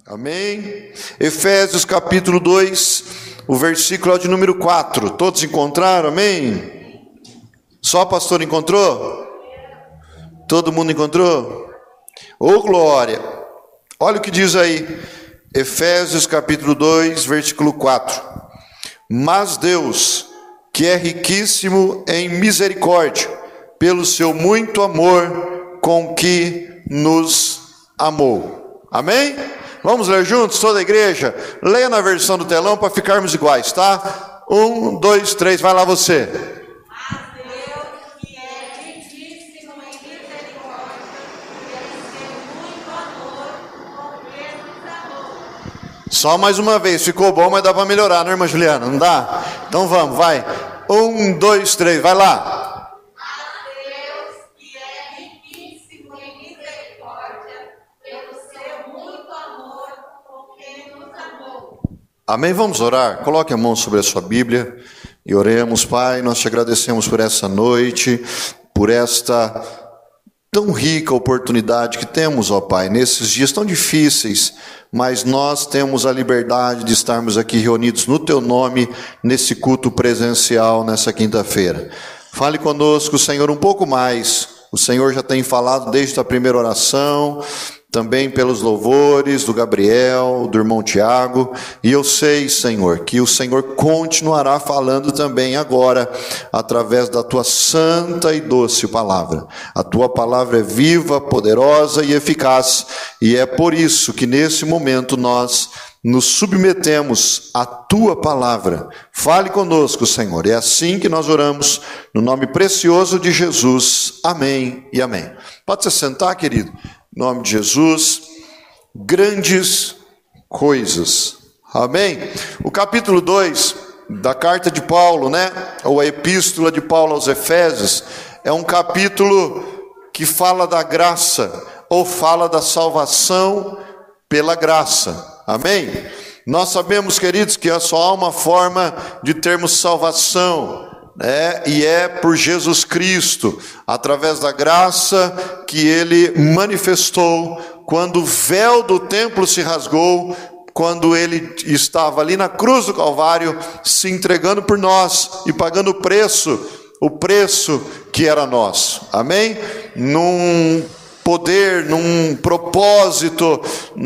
Amém? Efésios capítulo 2, o versículo é de número 4. Todos encontraram? Amém? Só o pastor encontrou? Todo mundo encontrou? Ô glória! Olha o que diz aí. Efésios capítulo 2, versículo 4. Mas Deus, que é riquíssimo em misericórdia, pelo seu muito amor com que nos amou. Amém? Vamos ler juntos, toda a igreja? Leia na versão do telão para ficarmos iguais, tá? 1, 2, 3, vai lá você. Mas Deus, que é riquíssimo em misericórdia, pelo seu muito amor com que nos amou. Só mais uma vez, ficou bom, mas dá para melhorar, né, irmã Juliana? Não dá? Então vamos, vai. 1, 2, 3, vai lá. Amém? Vamos orar? Coloque a mão sobre a sua Bíblia e oremos. Pai, nós te agradecemos por essa noite, por esta tão rica oportunidade que temos, ó Pai, nesses dias tão difíceis, mas nós temos a liberdade de estarmos aqui reunidos no Teu nome, nesse culto presencial, nessa quinta-feira. Fale conosco, Senhor, um pouco mais. O Senhor já tem falado desde a primeira oração, também pelos louvores do Gabriel, do irmão Tiago, e eu sei, Senhor, que o Senhor continuará falando também agora, através da Tua santa e doce palavra. A Tua palavra é viva, poderosa e eficaz, e é por isso que nesse momento nós nos submetemos à Tua palavra. Fale conosco, Senhor, é assim que nós oramos, no nome precioso de Jesus. Amém e amém. Pode se sentar, querido. Em nome de Jesus, grandes coisas. Amém? O capítulo 2 da carta de Paulo, ou a epístola de Paulo aos Efésios, é um capítulo que fala da graça, ou fala da salvação pela graça. Amém? Nós sabemos, queridos, que só há uma forma de termos salvação, e é por Jesus Cristo, através da graça que Ele manifestou, quando o véu do templo se rasgou, quando Ele estava ali na cruz do Calvário, se entregando por nós e pagando o preço que era nosso. Amém? Num poder, num propósito,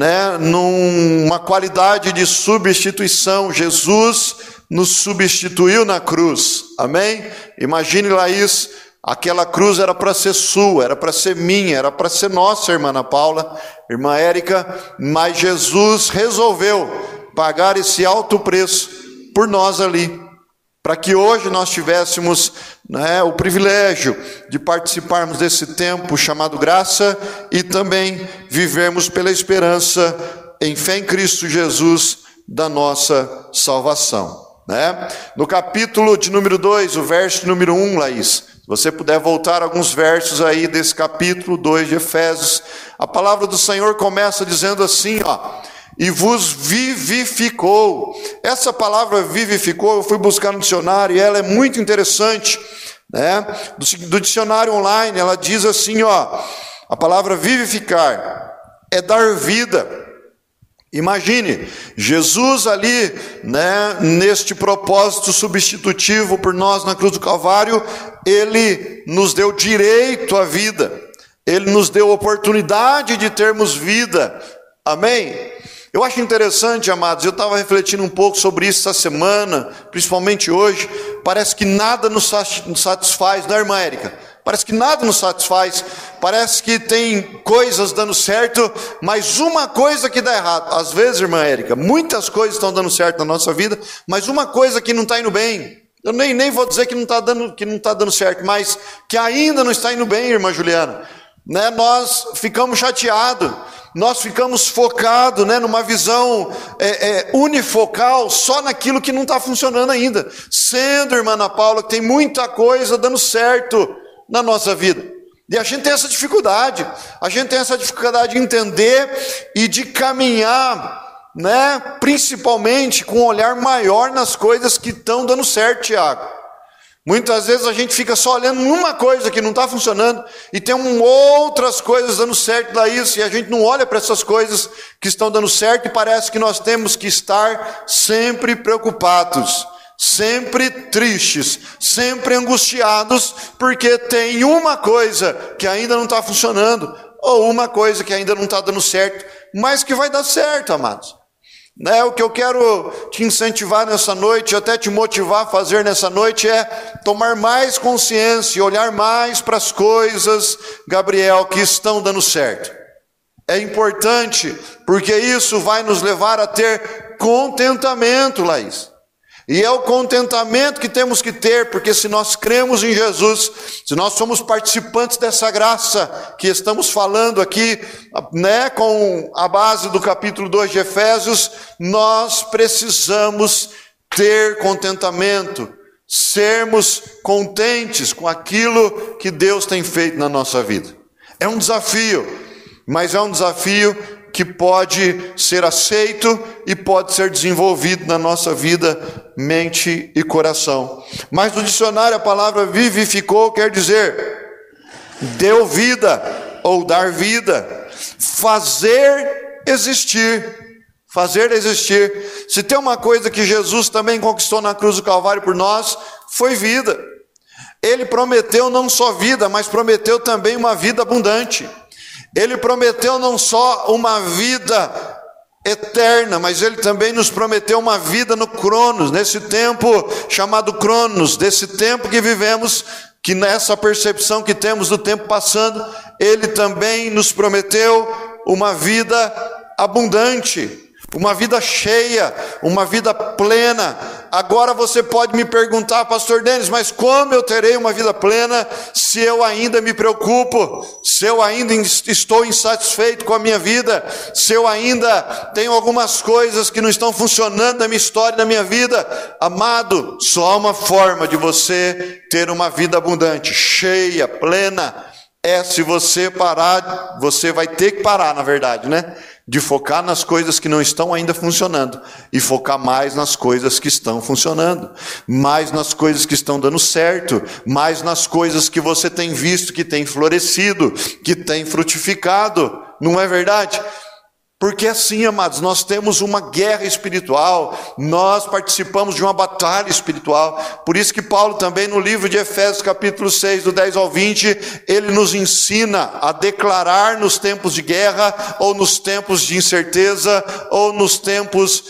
numa qualidade de substituição, Jesus nos substituiu na cruz. Amém? Imagine, Laís, aquela cruz era para ser sua, era para ser minha, era para ser nossa, irmã Ana Paula, irmã Érica, mas Jesus resolveu pagar esse alto preço por nós ali, para que hoje nós tivéssemos o privilégio de participarmos desse tempo chamado graça e também vivermos pela esperança em fé em Cristo Jesus da nossa salvação. No capítulo de número 2, o verso número 1, Laís, se você puder voltar alguns versos aí desse capítulo 2 de Efésios, a palavra do Senhor começa dizendo assim, e vos vivificou. Essa palavra vivificou, eu fui buscar no dicionário e ela é muito interessante, do dicionário online, ela diz assim, a palavra vivificar é dar vida. Imagine, Jesus ali, neste propósito substitutivo por nós na cruz do Calvário, Ele nos deu direito à vida, Ele nos deu oportunidade de termos vida. Amém? Eu acho interessante, amados, eu estava refletindo um pouco sobre isso essa semana, principalmente hoje. Parece que nada nos satisfaz, né, irmã Érica? Parece que nada nos satisfaz, parece que tem coisas dando certo, mas uma coisa que dá errado. Às vezes, irmã Érica, muitas coisas estão dando certo na nossa vida, mas uma coisa que não está indo bem. Eu nem vou dizer que não está dando certo, mas que ainda não está indo bem, irmã Juliana. Nós ficamos chateados, nós ficamos focados numa visão unifocal, só naquilo que não está funcionando ainda. Sendo, irmã Ana Paula, que tem muita coisa dando certo na nossa vida. E a gente tem essa dificuldade de entender e de caminhar, principalmente com um olhar maior nas coisas que estão dando certo, Tiago. Muitas vezes a gente fica só olhando uma coisa que não está funcionando e tem outras coisas dando certo lá isso, e a gente não olha para essas coisas que estão dando certo e parece que nós temos que estar sempre preocupados, sempre tristes, sempre angustiados, porque tem uma coisa que ainda não está funcionando, ou uma coisa que ainda não está dando certo, mas que vai dar certo, amados. O que eu quero te incentivar nessa noite, até te motivar a fazer nessa noite, é tomar mais consciência e olhar mais para as coisas, Gabriel, que estão dando certo. É importante, porque isso vai nos levar a ter contentamento, Laís. E é o contentamento que temos que ter, porque se nós cremos em Jesus, se nós somos participantes dessa graça que estamos falando aqui, com a base do capítulo 2 de Efésios, nós precisamos ter contentamento, sermos contentes com aquilo que Deus tem feito na nossa vida. É um desafio, mas é um desafio que pode ser aceito e pode ser desenvolvido na nossa vida, mente e coração. Mas no dicionário a palavra vivificou quer dizer deu vida ou dar vida, fazer existir. Fazer existir. Se tem uma coisa que Jesus também conquistou na cruz do Calvário por nós, foi vida. Ele prometeu não só vida, mas prometeu também uma vida abundante. Ele prometeu não só uma vida eterna, mas Ele também nos prometeu uma vida no Cronos, nesse tempo chamado Cronos, desse tempo que vivemos, que nessa percepção que temos do tempo passando, Ele também nos prometeu uma vida abundante, uma vida cheia, uma vida plena. Agora você pode me perguntar, pastor Denis, mas como eu terei uma vida plena se eu ainda me preocupo, se eu ainda estou insatisfeito com a minha vida, se eu ainda tenho algumas coisas que não estão funcionando na minha história, na minha vida? Amado, só há uma forma de você ter uma vida abundante, cheia, plena, se você parar, você vai ter que parar, na verdade, de focar nas coisas que não estão ainda funcionando e focar mais nas coisas que estão funcionando, mais nas coisas que estão dando certo, mais nas coisas que você tem visto que tem florescido, que tem frutificado, não é verdade? Porque assim, amados, nós temos uma guerra espiritual, nós participamos de uma batalha espiritual. Por isso que Paulo também no livro de Efésios capítulo 6, do 10 ao 20, ele nos ensina a declarar nos tempos de guerra, ou nos tempos de incerteza, ou nos tempos,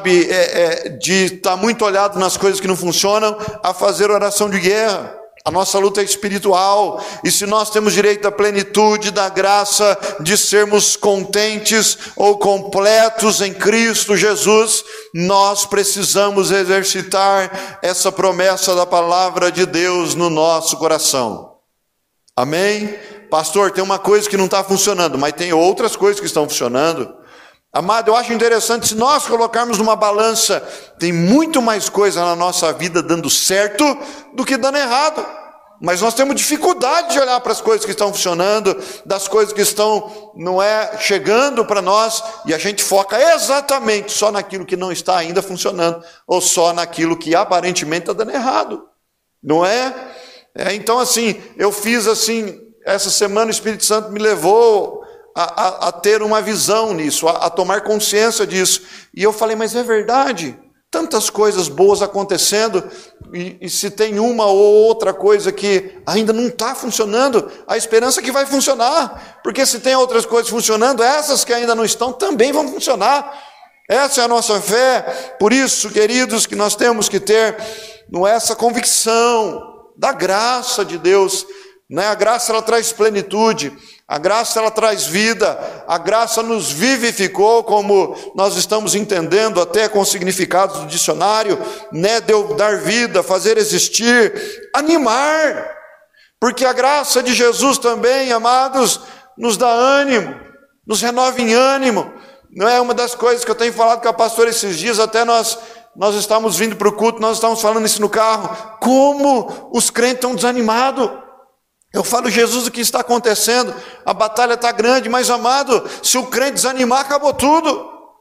de estar muito olhado nas coisas que não funcionam, a fazer oração de guerra. A nossa luta é espiritual, e se nós temos direito à plenitude da graça de sermos contentes ou completos em Cristo Jesus, nós precisamos exercitar essa promessa da palavra de Deus no nosso coração. Amém? Pastor, tem uma coisa que não está funcionando, mas tem outras coisas que estão funcionando. Amado, eu acho interessante, se nós colocarmos numa balança, tem muito mais coisa na nossa vida dando certo do que dando errado. Mas nós temos dificuldade de olhar para as coisas que estão funcionando, das coisas que estão, chegando para nós, e a gente foca exatamente só naquilo que não está ainda funcionando, ou só naquilo que aparentemente está dando errado. Não é? Então assim, eu fiz assim, essa semana o Espírito Santo me levou a ter uma visão nisso, a tomar consciência disso. E eu falei, mas é verdade, tantas coisas boas acontecendo, e se tem uma ou outra coisa que ainda não está funcionando, a esperança é que vai funcionar, porque se tem outras coisas funcionando, essas que ainda não estão também vão funcionar. Essa é a nossa fé. Por isso, queridos, que nós temos que ter essa convicção da graça de Deus. A graça, ela traz plenitude, a graça, ela traz vida, a graça nos vivificou, como nós estamos entendendo até com significados do dicionário, deu dar vida, fazer existir, animar, porque a graça de Jesus também, amados, nos dá ânimo, nos renova em ânimo. Não é uma das coisas que eu tenho falado com a pastora esses dias, até nós estamos vindo para o culto, nós estamos falando isso no carro, como os crentes estão desanimados. Eu falo, Jesus, o que está acontecendo? A batalha está grande, mas amado, se o crente desanimar, acabou tudo.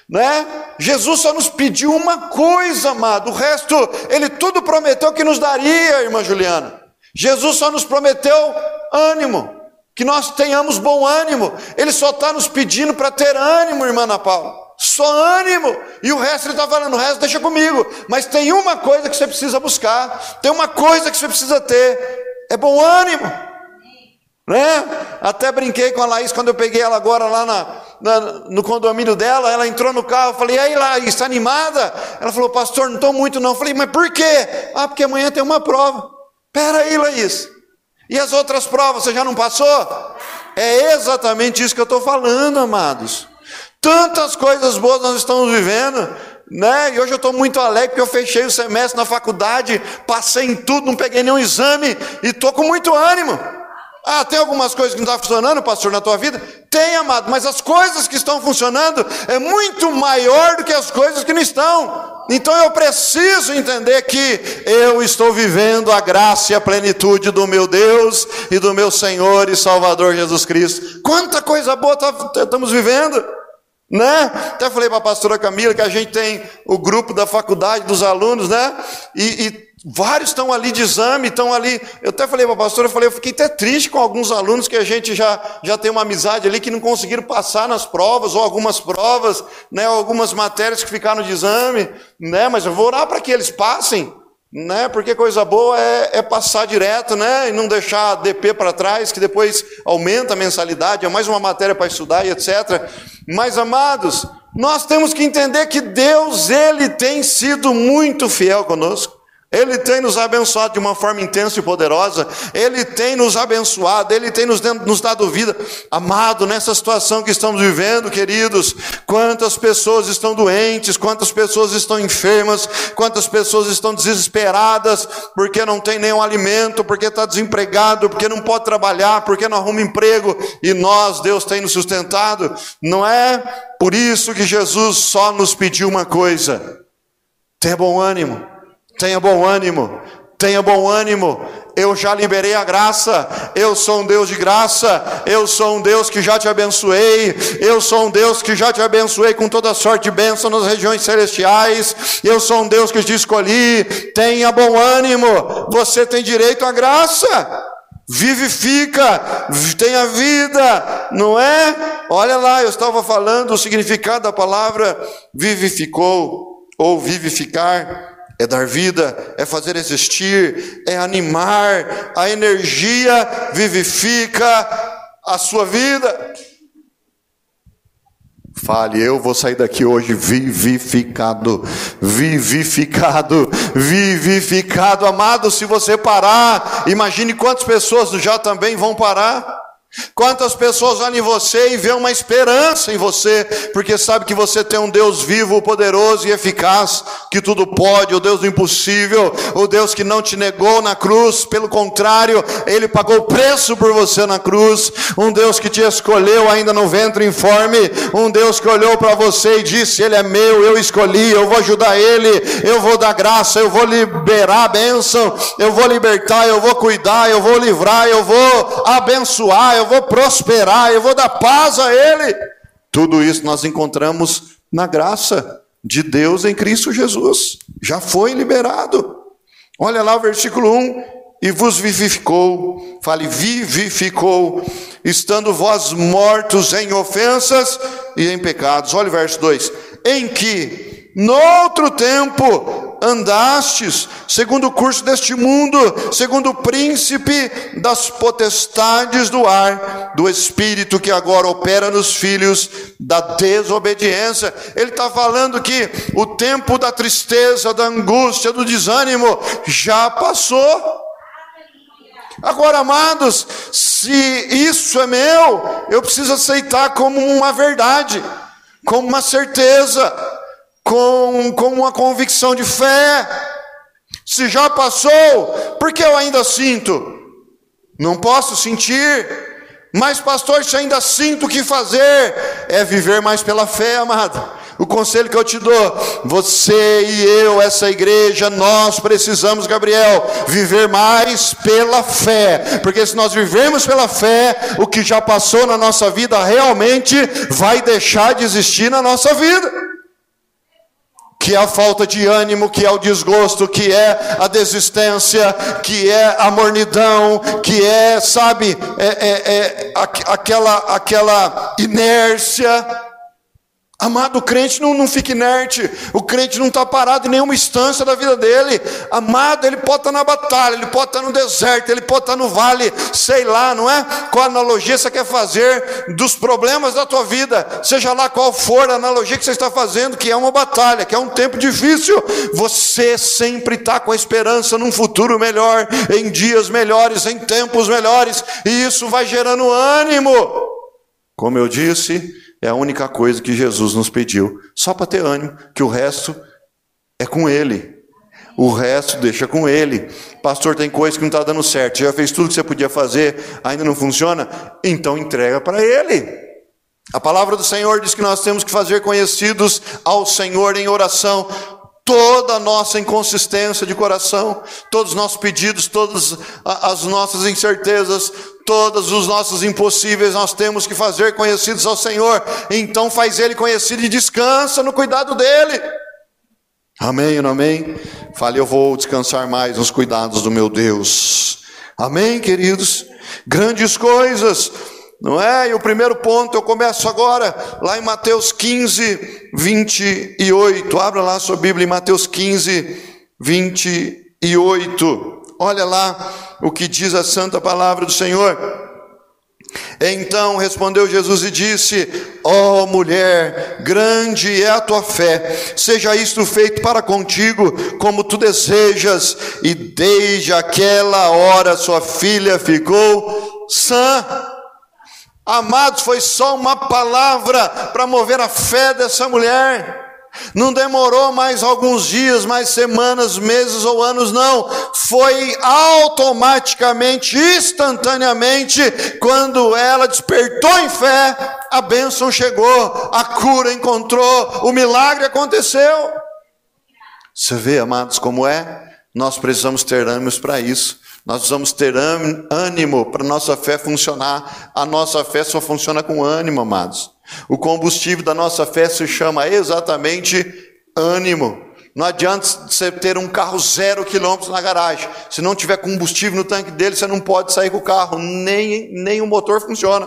né? Jesus só nos pediu uma coisa, amado. O resto, Ele tudo prometeu que nos daria, irmã Juliana. Jesus só nos prometeu ânimo, que nós tenhamos bom ânimo. Ele só está nos pedindo para ter ânimo, irmã Ana Paula. Só ânimo. E o resto Ele está falando, o resto deixa comigo. Mas tem uma coisa que você precisa buscar, tem uma coisa que você precisa ter, é bom ânimo, né? Até brinquei com a Laís quando eu peguei ela agora lá no condomínio dela. Ela entrou no carro, eu falei, e aí Laís, está animada? Ela falou, pastor, não estou muito não. Eu falei, mas por quê? Ah, porque amanhã tem uma prova. Pera aí, Laís, e as outras provas, você já não passou? É exatamente isso que eu estou falando, amados. Tantas coisas boas nós estamos vivendo, né? E hoje eu estou muito alegre porque eu fechei o semestre na faculdade, passei em tudo, não peguei nenhum exame e estou com muito ânimo. Ah, tem algumas coisas que não estão funcionando, pastor, na tua vida? Tem, amado, mas as coisas que estão funcionando é muito maior do que as coisas que não estão. Então eu preciso entender que eu estou vivendo a graça e a plenitude do meu Deus e do meu Senhor e Salvador Jesus Cristo. Quanta coisa boa estamos vivendo, né? Até falei para a pastora Camila que a gente tem o grupo da faculdade dos alunos, né? E vários estão ali de exame, estão ali. Eu até falei para a pastora, eu fiquei até triste com alguns alunos que a gente já tem uma amizade ali, que não conseguiram passar nas provas, ou algumas provas, né? Ou algumas matérias que ficaram de exame, né? Mas eu vou orar para que eles passem, né? Porque coisa boa é passar direto, né? E não deixar DP para trás, que depois aumenta a mensalidade, é mais uma matéria para estudar e etc. Mas, amados, nós temos que entender que Deus, Ele tem sido muito fiel conosco. Ele tem nos abençoado de uma forma intensa e poderosa. Ele tem nos abençoado, Ele tem nos dado vida. Amado, nessa situação que estamos vivendo, queridos, quantas pessoas estão doentes, quantas pessoas estão enfermas, quantas pessoas estão desesperadas, porque não tem nenhum alimento, porque está desempregado, porque não pode trabalhar, porque não arruma emprego, e nós, Deus tem nos sustentado. Não é por isso que Jesus só nos pediu uma coisa: tenha bom ânimo. Tenha bom ânimo, tenha bom ânimo. Eu já liberei a graça, eu sou um Deus de graça, eu sou um Deus que já te abençoei, eu sou um Deus que já te abençoei com toda sorte de bênção nas regiões celestiais, eu sou um Deus que te escolhi. Tenha bom ânimo, você tem direito à graça. Vivifica, tenha vida, não é? Olha lá, eu estava falando o significado da palavra vivificou, ou vivificar. É dar vida, é fazer existir, é animar. A energia vivifica a sua vida. Fale, eu vou sair daqui hoje vivificado, vivificado, vivificado. Amado, se você parar, imagine quantas pessoas já também vão parar. Quantas pessoas olham em você e vêem uma esperança em você, porque sabe que você tem um Deus vivo, poderoso e eficaz, que tudo pode, o Deus do impossível, o Deus que não te negou na cruz, pelo contrário, Ele pagou o preço por você na cruz, um Deus que te escolheu ainda no ventre informe, um Deus que olhou para você e disse: Ele é meu, eu escolhi, eu vou ajudar Ele, eu vou dar graça, eu vou liberar a bênção, eu vou libertar, eu vou cuidar, eu vou livrar, eu vou abençoar, eu vou prosperar, eu vou dar paz a Ele. Tudo isso nós encontramos na graça de Deus em Cristo Jesus. Já foi liberado. Olha lá o versículo 1. E vos vivificou, fale vivificou, estando vós mortos em ofensas e em pecados. Olha o verso 2. Em que noutro tempo andastes, segundo o curso deste mundo, segundo o príncipe das potestades do ar, do espírito que agora opera nos filhos da desobediência. Ele está falando que o tempo da tristeza, da angústia, do desânimo já passou. Agora, amados, se isso é meu, eu preciso aceitar como uma verdade, como uma certeza, com uma convicção de fé. Se já passou, por que eu ainda sinto? Não posso sentir. Mas pastor, se ainda sinto, o que fazer? É viver mais pela fé, amado. O conselho que eu te dou, você e eu, essa igreja, nós precisamos, Gabriel, viver mais pela fé, porque se nós vivermos pela fé, o que já passou na nossa vida realmente vai deixar de existir na nossa vida. que é a falta de ânimo, que é o desgosto, que é a desistência, que é a mornidão, que é, sabe, aquela inércia. Amado, o crente não fica inerte, o crente não está parado em nenhuma instância da vida dele. Amado, ele pode estar na batalha, ele pode estar no deserto, ele pode estar no vale, sei lá, não é? Qual analogia você quer fazer dos problemas da tua vida, seja lá qual for a analogia que você está fazendo, que é uma batalha, que é um tempo difícil, você sempre está com a esperança num futuro melhor, em dias melhores, em tempos melhores, e isso vai gerando ânimo. Como eu disse, é a única coisa que Jesus nos pediu, só para ter ânimo, que o resto é com Ele. O resto deixa com Ele. Pastor, tem coisa que não está dando certo, já fez tudo que você podia fazer, ainda não funciona? Então entrega para Ele. A palavra do Senhor diz que nós temos que fazer conhecidos ao Senhor em oração toda a nossa inconsistência de coração, todos os nossos pedidos, todas as nossas incertezas, todos os nossos impossíveis, nós temos que fazer conhecidos ao Senhor. Então faz Ele conhecido e descansa no cuidado dEle. Amém ou não amém? Fale, eu vou descansar mais nos cuidados do meu Deus. Amém, queridos? Grandes coisas, não é? E o primeiro ponto, eu começo agora, lá em Mateus 15, 28. Abra lá a sua Bíblia em Mateus 15, 28. Olha lá o que diz a santa palavra do Senhor. Então respondeu Jesus e disse: ó mulher, grande é a tua fé, seja isto feito para contigo como tu desejas. E desde aquela hora sua filha ficou sã. Amados, foi só uma palavra para mover a fé dessa mulher. Não demorou mais alguns dias, mais semanas, meses ou anos, não. Foi automaticamente, instantaneamente, quando ela despertou em fé, a bênção chegou, a cura encontrou, o milagre aconteceu. Você vê, amados, como é? Nós precisamos ter ânimos para isso. Nós precisamos ter ânimo para a nossa fé funcionar. A nossa fé só funciona com ânimo, amados. O combustível da nossa fé se chama exatamente ânimo. Não adianta você ter um carro 0 km na garagem. Se não tiver combustível no tanque dele, você não pode sair com o carro. Nem o motor funciona.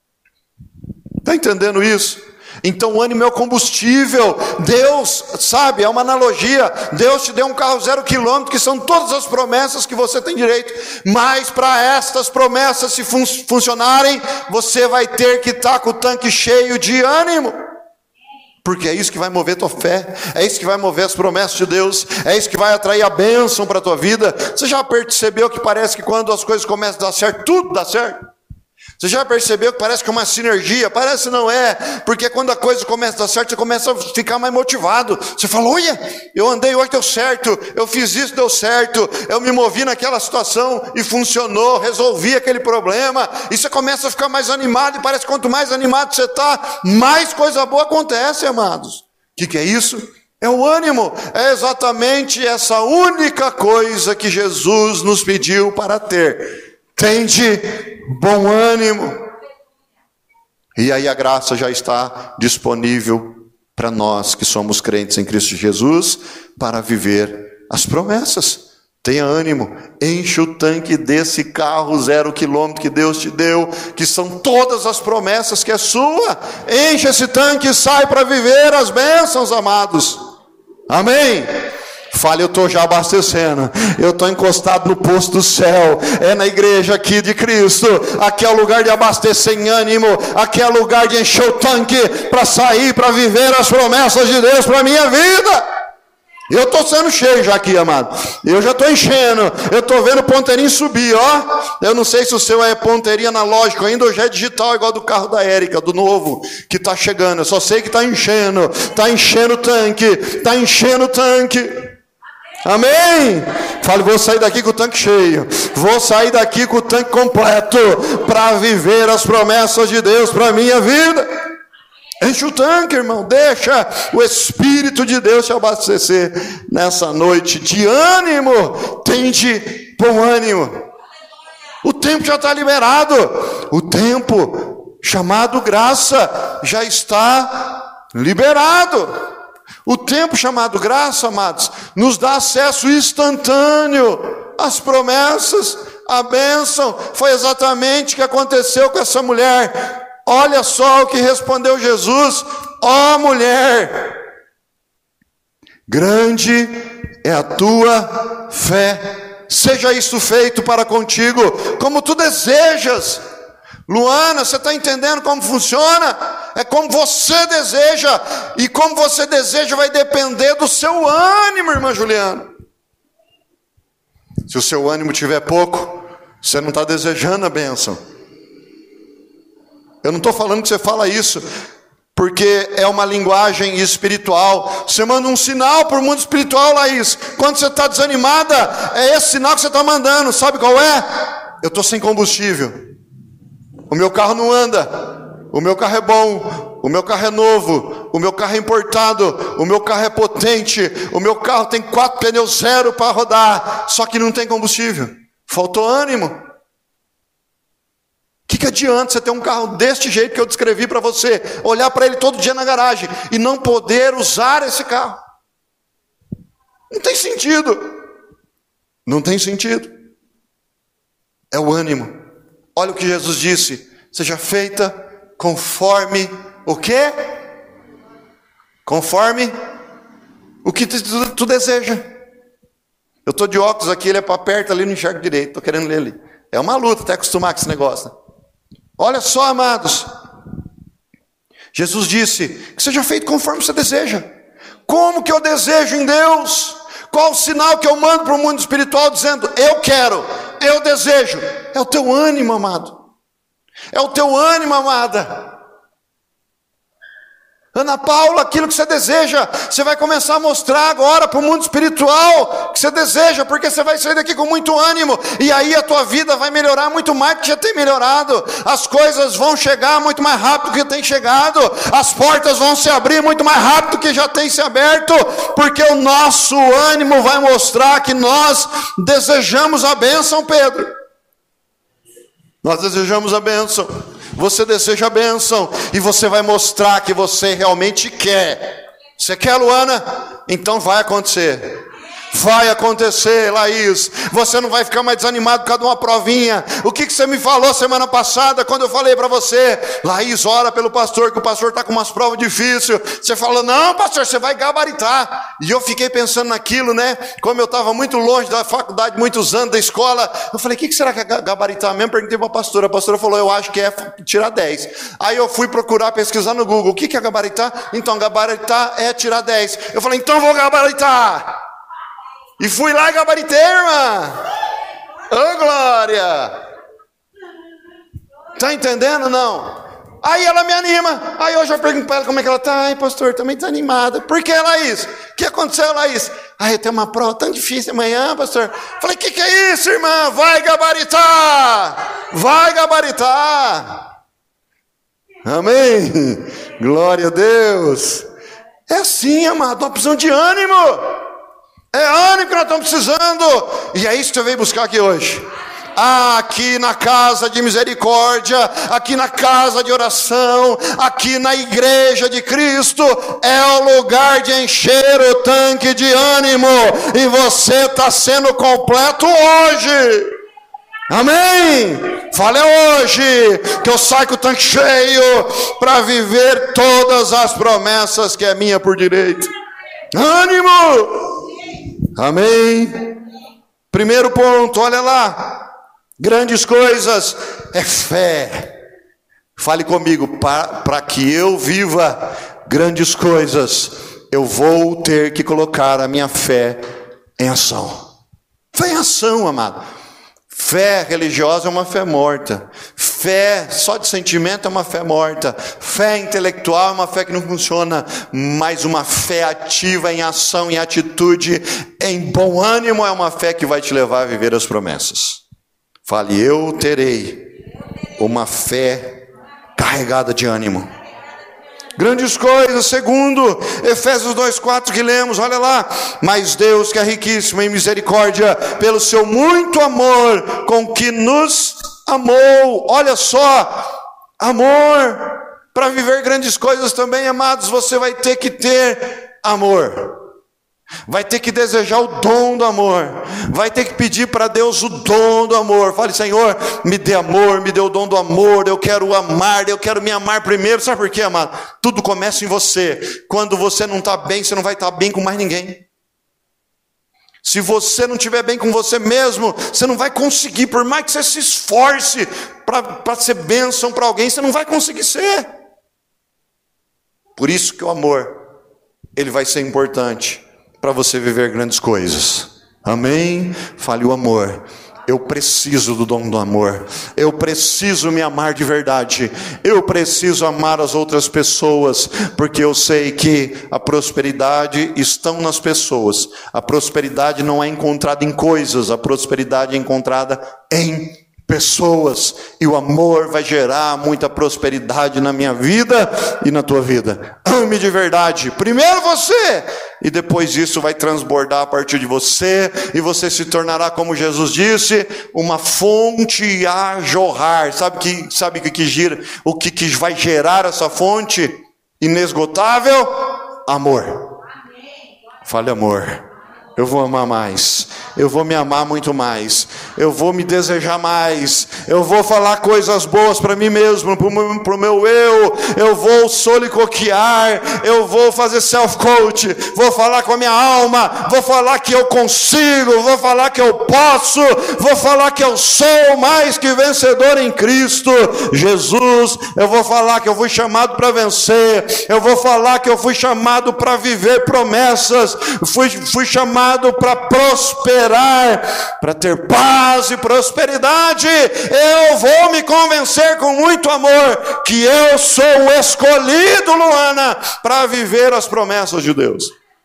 Está entendendo isso? Então o ânimo é o combustível. Deus, sabe, é uma analogia. Deus te deu um carro 0 km, que são todas as promessas que você tem direito. Mas para estas promessas se funcionarem, você vai ter que estar com o tanque cheio de ânimo. Porque é isso que vai mover tua fé, é isso que vai mover as promessas de Deus, é isso que vai atrair a bênção para a tua vida. Você já percebeu que parece que quando as coisas começam a dar certo, tudo dá certo? Você já percebeu que parece que é uma sinergia? Parece não é, porque quando a coisa começa a dar certo, você começa a ficar mais motivado. Você fala, olha, eu andei hoje, deu certo, eu fiz isso, deu certo, eu me movi naquela situação e funcionou, resolvi aquele problema. E você começa a ficar mais animado, e parece que quanto mais animado você está, mais coisa boa acontece, amados. O que é isso? É o ânimo. É exatamente essa única coisa que Jesus nos pediu para ter. Tende bom ânimo. E aí a graça já está disponível para nós que somos crentes em Cristo Jesus, para viver as promessas. Tenha ânimo, enche o tanque desse carro 0 km que Deus te deu, que são todas as promessas que é sua. Enche esse tanque e sai para viver as bênçãos, amados. Amém? Fale, eu estou já abastecendo, eu estou encostado no posto do céu, é na igreja aqui de Cristo, aqui é o lugar de abastecer em ânimo, aqui é o lugar de encher o tanque, para sair, para viver as promessas de Deus para a minha vida. Eu estou sendo cheio já aqui, amado, eu já estou enchendo, eu estou vendo o ponteirinho subir, ó. Eu não sei se o seu é ponteirinho analógico ainda ou já é digital, igual do carro da Érica, do novo, que está chegando. Eu só sei que está enchendo o tanque, está enchendo o tanque. Amém? Fale, vou sair daqui com o tanque cheio, vou sair daqui com o tanque completo, para viver as promessas de Deus para a minha vida. Enche o tanque, irmão, deixa o Espírito de Deus te abastecer nessa noite de ânimo. Tende bom ânimo. O tempo já está liberado, o tempo chamado graça já está liberado. O tempo chamado graça, amados, nos dá acesso instantâneo às promessas, à bênção. Foi exatamente o que aconteceu com essa mulher. Olha só o que respondeu Jesus: ó mulher, grande é a tua fé, seja isso feito para contigo, como tu desejas. Luana, você está entendendo como funciona? É como você deseja, e como você deseja vai depender do seu ânimo, irmã Juliana. Se o seu ânimo tiver pouco, você não está desejando a bênção. Eu não estou falando que você fala isso porque é uma linguagem espiritual. Você manda um sinal para o mundo espiritual, Laís. Quando você está desanimada, é esse sinal que você está mandando. Sabe qual é? Eu estou sem combustível. O meu carro não anda. O meu carro é bom. O meu carro é novo. O meu carro é importado. O meu carro é potente. O meu carro tem 4 pneus zero para rodar. Só que não tem combustível. Faltou ânimo. O que adianta você ter um carro deste jeito que eu descrevi para você, olhar para ele todo dia na garagem e não poder usar esse carro? Não tem sentido. Não tem sentido. É o ânimo. Olha o que Jesus disse: seja feita conforme o quê? Conforme o que tu deseja. Eu estou de óculos aqui, ele é para perto ali, não enxergo direito, estou querendo ler ali. É uma luta até acostumar com esse negócio, né? Olha só, amados, Jesus disse que seja feito conforme você deseja. Como que eu desejo em Deus? Qual o sinal que eu mando para o mundo espiritual dizendo eu quero, eu desejo? É o teu ânimo, amado. É o teu ânimo, amada. Ana Paula, aquilo que você deseja, você vai começar a mostrar agora para o mundo espiritual que você deseja, porque você vai sair daqui com muito ânimo, e aí a tua vida vai melhorar muito mais do que já tem melhorado, as coisas vão chegar muito mais rápido do que tem chegado, as portas vão se abrir muito mais rápido do que já tem se aberto, porque o nosso ânimo vai mostrar que nós desejamos a bênção, Pedro. Nós desejamos a bênção. Você deseja a bênção e você vai mostrar que você realmente quer. Você quer, Luana? Então vai acontecer. Vai acontecer, Laís. Você não vai ficar mais desanimado por causa de uma provinha. O que você me falou semana passada, quando eu falei para você: Laís, ora pelo pastor, que o pastor está com umas provas difíceis. Você falou: não, pastor, você vai gabaritar. E eu fiquei pensando naquilo, né? Como eu estava muito longe da faculdade, muitos anos da escola, eu falei: o que será que é gabaritar mesmo? Perguntei para a pastora falou: eu acho que é tirar 10. Aí eu fui procurar, pesquisar no Google: o que é gabaritar? Então, gabaritar é tirar 10. Eu falei: então vou gabaritar. E fui lá e gabaritei, irmã. Ô, glória! Tá entendendo, não? Aí ela me anima. Aí hoje eu pergunto para ela como é que ela tá. Ai, pastor, também tá animada. Por que, Laís? O que aconteceu, Laís? Ai, eu tenho uma prova tão difícil amanhã, pastor. Falei: que é isso, irmã? Vai gabaritar! Vai gabaritar! Amém? Glória a Deus! É assim, amado, nós precisamos de ânimo. É ânimo que nós estamos precisando. E é isso que você veio buscar aqui hoje. Aqui na casa de misericórdia, aqui na casa de oração, aqui na igreja de Cristo, é o lugar de encher o tanque de ânimo. E você está sendo completo hoje. Amém? Fale hoje que eu saio com o tanque cheio para viver todas as promessas que é minha por direito. Ânimo! Amém? Primeiro ponto, olha lá. Grandes coisas é fé. Fale comigo: para que eu viva grandes coisas, eu vou ter que colocar a minha fé em ação. Fé em ação, amado. Fé religiosa é uma fé morta. Fé só de sentimento é uma fé morta. Fé intelectual é uma fé que não funciona. Mas uma fé ativa em ação, em atitude, em bom ânimo, é uma fé que vai te levar a viver as promessas. Fale: eu terei uma fé carregada de ânimo. Grandes coisas, segundo Efésios 2,4 que lemos, olha lá: mas Deus, que é riquíssimo em misericórdia, pelo seu muito amor com que nos amou. Olha só, amor. Para viver grandes coisas também, amados, você vai ter que ter amor. Vai ter que desejar o dom do amor. Vai ter que pedir para Deus o dom do amor. Fale: Senhor, me dê amor, me dê o dom do amor. Eu quero amar, eu quero me amar primeiro. Sabe por quê, amado? Tudo começa em você. Quando você não está bem, você não vai estar bem com mais ninguém. Se você não estiver bem com você mesmo, você não vai conseguir. Por mais que você se esforce para ser bênção para alguém, você não vai conseguir ser. Por isso que o amor, ele vai ser importante para você viver grandes coisas. Amém? Fale o amor. Eu preciso do dom do amor. Eu preciso me amar de verdade. Eu preciso amar as outras pessoas, porque eu sei que a prosperidade está nas pessoas. A prosperidade não é encontrada em coisas, a prosperidade é encontrada em pessoas. E o amor vai gerar muita prosperidade na minha vida e na tua vida. Ame de verdade. Primeiro você, e depois isso vai transbordar a partir de você, e você se tornará, como Jesus disse, uma fonte a jorrar. Sabe o que vai gerar essa fonte inesgotável? Amor. Fale amor. Eu vou amar mais, eu vou me amar muito mais, eu vou me desejar mais, eu vou falar coisas boas para mim mesmo, para o meu eu vou soliloquiar, eu vou fazer self-coach, vou falar com a minha alma, vou falar que eu consigo, vou falar que eu posso, vou falar que eu sou mais que vencedor em Cristo Jesus. Eu vou falar que eu fui chamado para vencer, eu vou falar que eu fui chamado para viver promessas, fui chamado para prosperar, para ter paz e prosperidade. Eu vou me convencer com muito amor que eu sou o escolhido, Luana, para viver as promessas de Deus.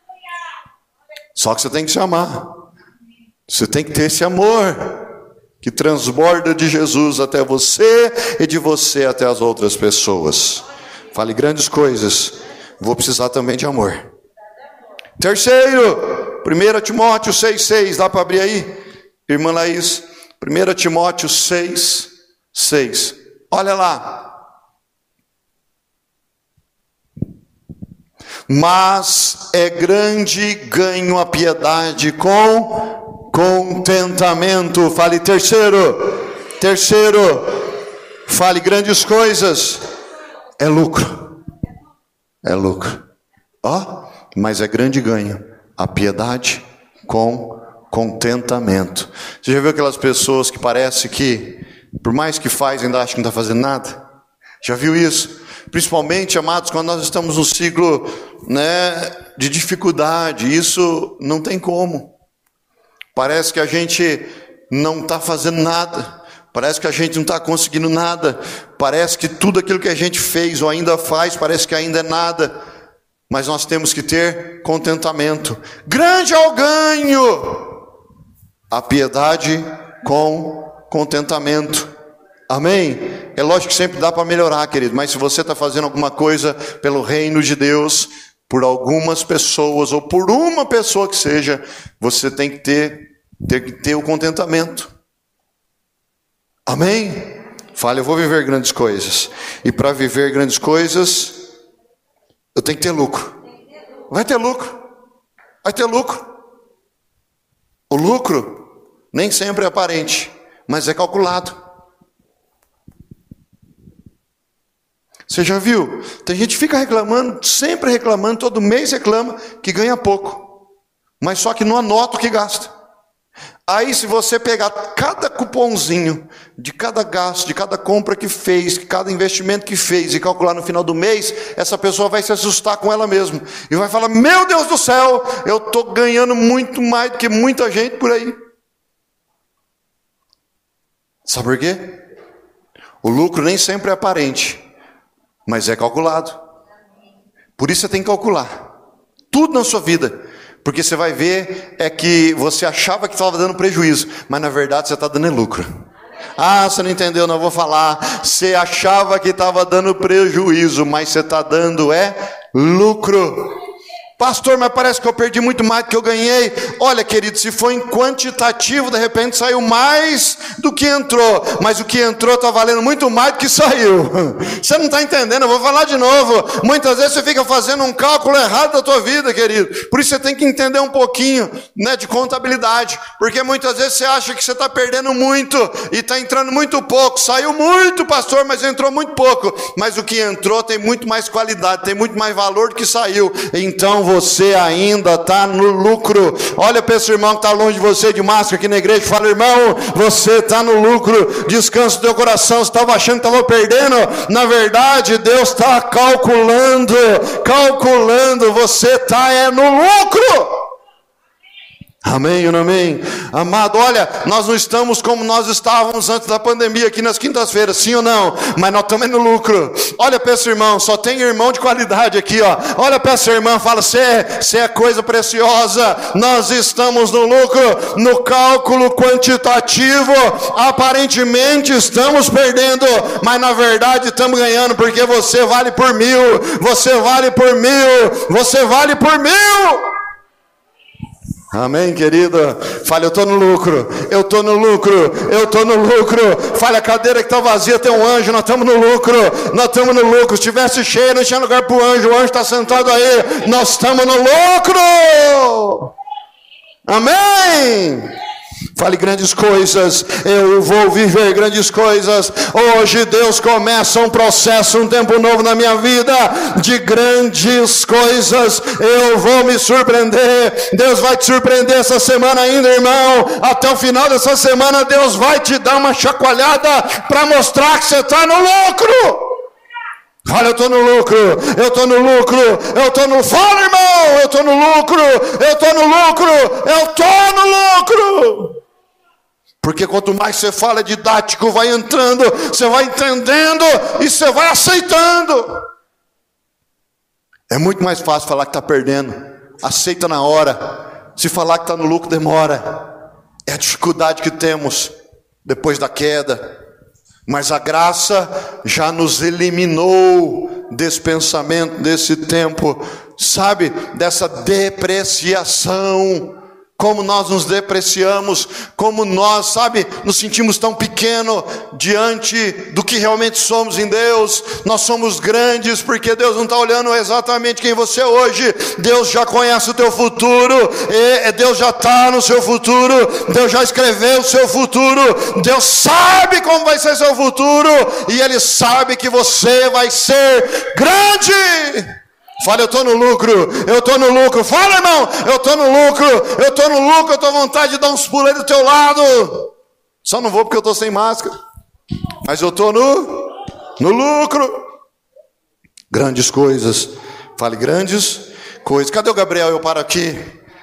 Só que você tem que se amar. Você tem que ter esse amor que transborda de Jesus até você e de você até as outras pessoas. Fale grandes coisas. Vou precisar também de amor. Terceiro, 1 Timóteo 6,6, dá para abrir aí? Irmã Laís, 1 Timóteo 6,6. Olha lá. Mas é grande ganho a piedade com contentamento. Fale terceiro. Fale grandes coisas. É lucro. Mas é grande ganho a piedade com contentamento. Você já viu aquelas pessoas que parece que, por mais que faz, ainda acha que não está fazendo nada? Já viu isso? Principalmente, amados, quando nós estamos no ciclo, de dificuldade. Isso não tem como. Parece que a gente não está fazendo nada. Parece que a gente não está conseguindo nada. Parece que tudo aquilo que a gente fez ou ainda faz, parece que ainda é nada. Mas nós temos que ter contentamento. Grande é o ganho, a piedade com contentamento. Amém? É lógico que sempre dá para melhorar, querido. Mas se você está fazendo alguma coisa pelo reino de Deus, por algumas pessoas, ou por uma pessoa que seja, você tem que ter o contentamento. Amém? Fale: eu vou viver grandes coisas. E para viver grandes coisas, eu tenho que ter lucro. Vai ter lucro. O lucro nem sempre é aparente, mas é calculado. Você já viu? Tem gente que fica reclamando, sempre reclamando, todo mês reclama que ganha pouco. Mas só que não anota o que gasta. Aí se você pegar cada cupomzinho de cada gasto, de cada compra que fez, cada investimento que fez e calcular no final do mês, essa pessoa vai se assustar com ela mesma. E vai falar: meu Deus do céu, eu estou ganhando muito mais do que muita gente por aí. Sabe por quê? O lucro nem sempre é aparente, mas é calculado. Por isso você tem que calcular tudo na sua vida. Porque você vai ver que você achava que estava dando prejuízo, mas na verdade você está dando lucro. Você não entendeu, não vou falar. Você achava que estava dando prejuízo, mas você está dando lucro. Pastor, mas parece que eu perdi muito mais do que eu ganhei. Olha, querido, se for em quantitativo, de repente saiu mais do que entrou. Mas o que entrou está valendo muito mais do que saiu. Você não está entendendo, eu vou falar de novo. Muitas vezes você fica fazendo um cálculo errado da tua vida, querido. Por isso você tem que entender um pouquinho, né, de contabilidade. Porque muitas vezes você acha que você está perdendo muito e está entrando muito pouco. Saiu muito, pastor, mas entrou muito pouco. Mas o que entrou tem muito mais qualidade, tem muito mais valor do que saiu. Então você ainda está no lucro. Olha para esse irmão que está longe de você, de máscara, aqui na igreja, fala: irmão, você está no lucro. Descansa o teu coração. Você estava achando que estava perdendo, na verdade Deus está calculando. Você está no lucro. Amém ou não amém? Amado, olha, nós não estamos como nós estávamos antes da pandemia aqui nas quintas-feiras, sim ou não? Mas nós estamos no lucro. Olha para esse irmão, só tem irmão de qualidade aqui, ó. Olha para essa irmã, fala: você é coisa preciosa. Nós estamos no lucro. No cálculo quantitativo, aparentemente estamos perdendo, mas na verdade estamos ganhando, porque você vale por 1000, você vale por 1000, você vale por 1000. Amém, querida? Fala: eu estou no lucro, eu estou no lucro, eu estou no lucro. Fala: a cadeira que está vazia tem um anjo, nós estamos no lucro, nós estamos no lucro. Se estivesse cheio, não tinha lugar para o anjo está sentado aí, nós estamos no lucro. Amém. Fale: grandes coisas, eu vou viver grandes coisas. Hoje Deus começa um processo, um tempo novo na minha vida, de grandes coisas. Eu vou me surpreender. Deus vai te surpreender essa semana ainda, irmão. Até o final dessa semana Deus vai te dar uma chacoalhada para mostrar que você está no lucro. Fala: eu estou no lucro, eu estou no lucro, eu estou no... Fala, irmão, eu estou no lucro, eu estou no lucro, eu estou no lucro. Porque quanto mais você fala, é didático, vai entrando, você vai entendendo e você vai aceitando. É muito mais fácil falar que está perdendo, aceita na hora. Se falar que está no lucro, demora. É a dificuldade que temos depois da queda. Mas a graça já nos eliminou desse pensamento, desse tempo, sabe, dessa depreciação. Como nós nos depreciamos, como nós, sabe, nos sentimos tão pequeno diante do que realmente somos em Deus. Nós somos grandes porque Deus não está olhando exatamente quem você é hoje. Deus já conhece o teu futuro, Deus já está no seu futuro, Deus já escreveu o seu futuro, Deus sabe como vai ser seu futuro, e Ele sabe que você vai ser grande. Fala: eu estou no lucro, eu estou no lucro. Fala, irmão: eu estou no lucro, eu estou no lucro. Eu estou à vontade de dar uns pulos aí do teu lado. Só não vou porque eu estou sem máscara. Mas eu estou no lucro. Grandes coisas. Fale: grandes coisas. Cadê o Gabriel? Eu paro aqui.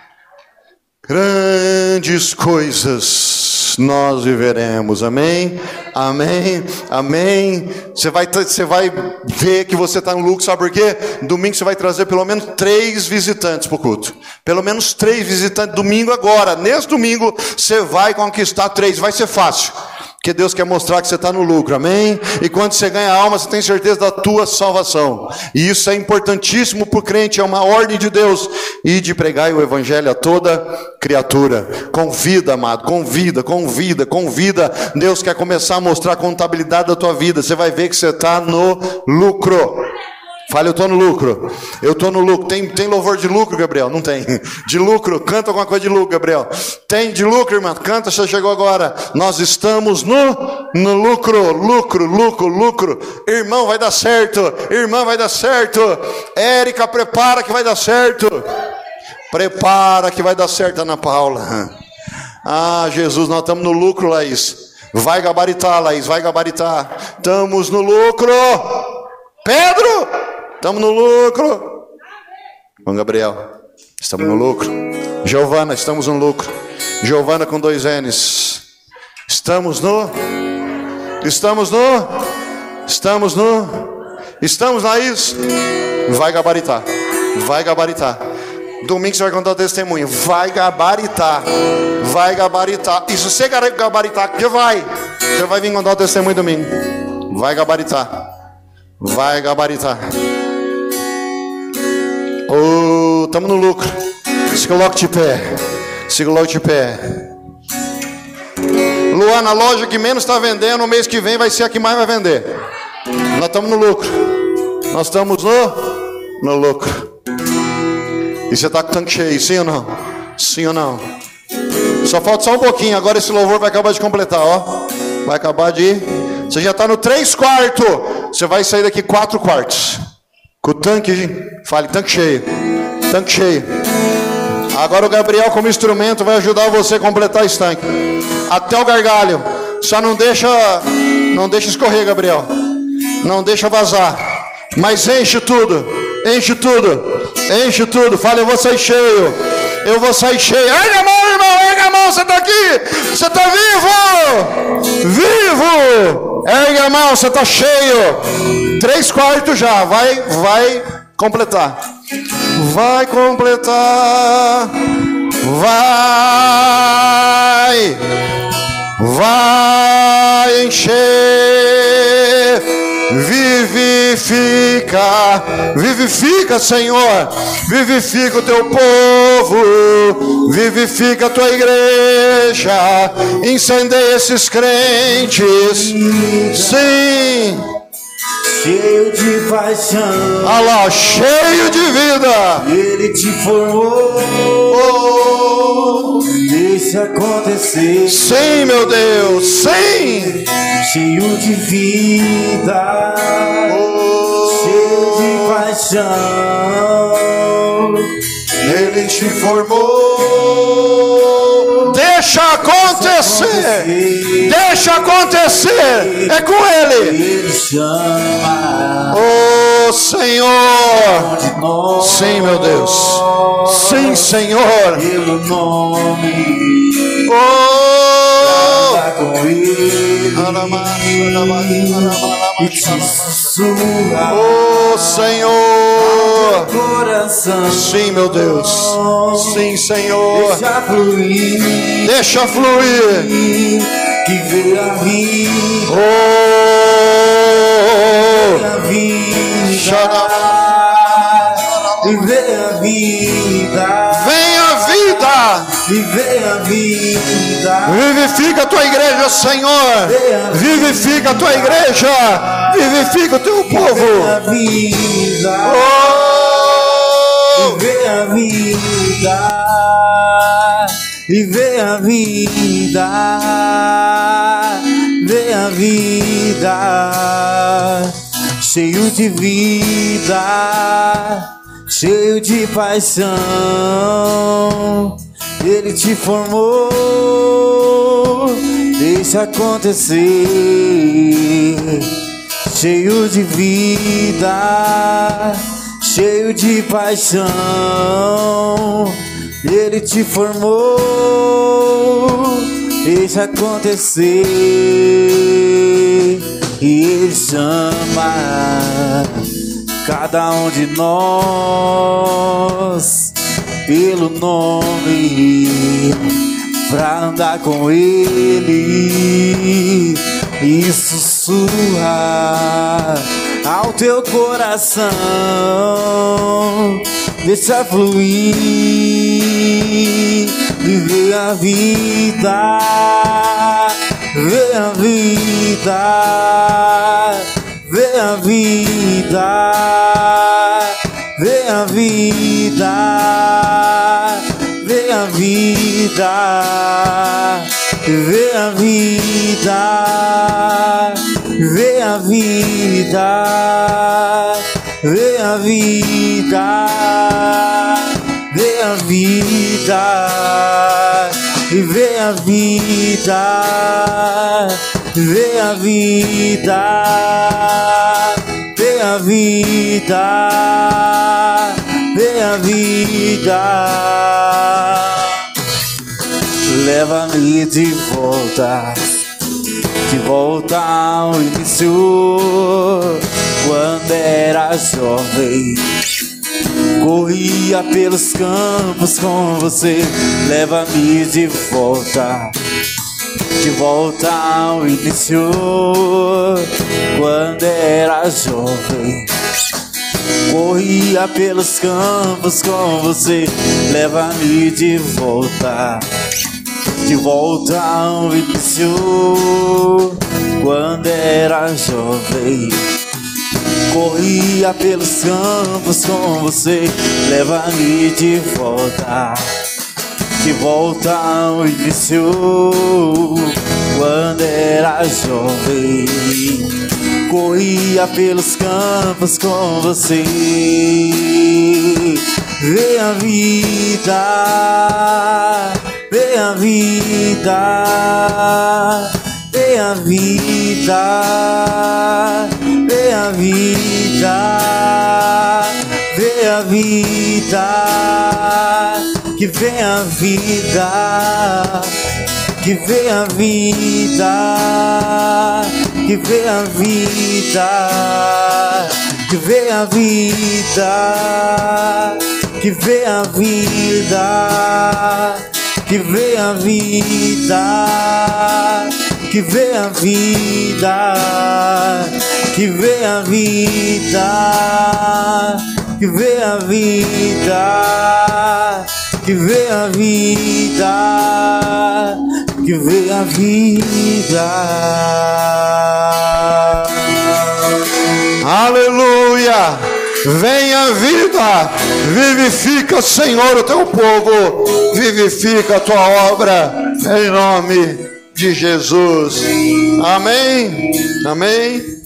Grandes coisas nós viveremos. Amém? Amém? Amém? Você vai ver que você está no lucro. Sabe por quê? Domingo você vai trazer pelo menos 3 visitantes para o culto. Pelo menos 3 visitantes. Domingo agora. Nesse domingo você vai conquistar 3. Vai ser fácil. Porque Deus quer mostrar que você está no lucro, amém? E quando você ganha alma, você tem certeza da tua salvação. E isso é importantíssimo para o crente, é uma ordem de Deus. E de pregar o evangelho a toda criatura. Convida, amado, convida. Deus quer começar a mostrar a contabilidade da tua vida. Você vai ver que você está no lucro. Fala: eu estou no lucro, eu estou no lucro. Tem louvor de lucro, Gabriel? Não tem. De lucro? Canta alguma coisa de lucro, Gabriel. Tem de lucro, irmão? Canta, você chegou agora. Nós estamos no lucro. Irmão, vai dar certo. Irmã, vai dar certo. Érica, prepara que vai dar certo. Prepara que vai dar certo, Ana Paula. Ah, Jesus, nós estamos no lucro, Laís. Vai gabaritar, Laís, vai gabaritar. Estamos no lucro. Pedro, estamos no lucro. Bom, Gabriel, estamos no lucro. Giovana, estamos no lucro. Giovana com 2 N's. Estamos, Laís. Vai gabaritar. Domingo você vai contar o testemunho. Vai gabaritar. E se você gabaritar, porque você vai vir contar o testemunho domingo. Vai gabaritar. Oh, estamos no lucro. Se coloque de pé. Se coloque de pé. Luana, a loja que menos está vendendo, o mês que vem vai ser a que mais vai vender. Nós estamos no lucro. Nós estamos no lucro. E você está com o tanque cheio, sim ou não? Sim ou não? Só falta só um pouquinho. Agora esse louvor vai acabar de completar, ó. Vai acabar de... Você já está no 3/4. Você vai sair daqui 4/4. Com o tanque, fale, tanque cheio. Tanque cheio. Agora o Gabriel como instrumento vai ajudar você a completar esse tanque. Até o gargalho. Só não deixa escorrer, Gabriel. Não deixa vazar. Mas enche tudo. Enche tudo. Enche tudo. Fala, eu vou sair cheio. Eu vou sair cheio. Erga a mão, irmão. Erga a mão. Você está aqui. Você está vivo. Vivo. Erga a mão. Você está cheio. 3/4 já. Vai completar. Vai completar. Vai encher. Vivifica, Senhor, vivifica o teu povo, vivifica a tua igreja, incendeia esses crentes, sim, cheio de paixão, olha lá, cheio de vida, Ele te formou, deixa acontecer, sim, meu Deus, sim, cheio de vida, cheio de paixão, Ele te formou. Deixa acontecer. Deixa acontecer. É com Ele. Ele chama. Oh Senhor. Sim, meu Deus. Sim, Senhor. Pelo nome. Oh. Com Ele. E te sussurra. Oh Senhor. Coração. Sim, meu Deus. Sim, Senhor. Deixa fluir. Deixa fluir. Que veio a vida. Oh. A vida. Viver a vida. Vem a vida. Viver a vida. Vivifica a tua igreja, Senhor. Vivifica a tua igreja. Vivifica o teu povo. A vida. Oh! Viver a vida. Viver a vida. Viver a vida. Cheio de vida. Cheio de paixão, Ele te formou, deixa acontecer. Cheio de vida, cheio de paixão, Ele te formou, deixa acontecer. E Ele chama cada um de nós pelo nome pra andar com Ele e sussurrar ao teu coração, deixa fluir, viver a vida, ver a vida. Vê a vida, vê a vida, vê a vida, vê a vida, vê a vida, vê a vida, vê a vida, vê a vida. Vê a vida, vê a vida, vê a vida. Leva-me de volta ao início, quando era jovem. Corria pelos campos com você, leva-me de volta ao início, quando era jovem. Corria pelos campos com você, leva-me de volta ao início, quando era jovem. Corria pelos campos com você, leva-me de volta ao início, quando era jovem. Corria pelos campos com você. Vem a vida, vem a vida, vem a vida, vem a vida, vem a vida, que vem a vida, que vem a vida, que vem a vida, que vem a vida, que vem a vida, que vem a vida, que vem a vida, que vem a vida, que vem a vida, que vem a vida, que vem a vida. Aleluia! Vem a vida, vivifica, Senhor, o teu povo, vivifica a tua obra, em nome de Jesus. Amém, amém.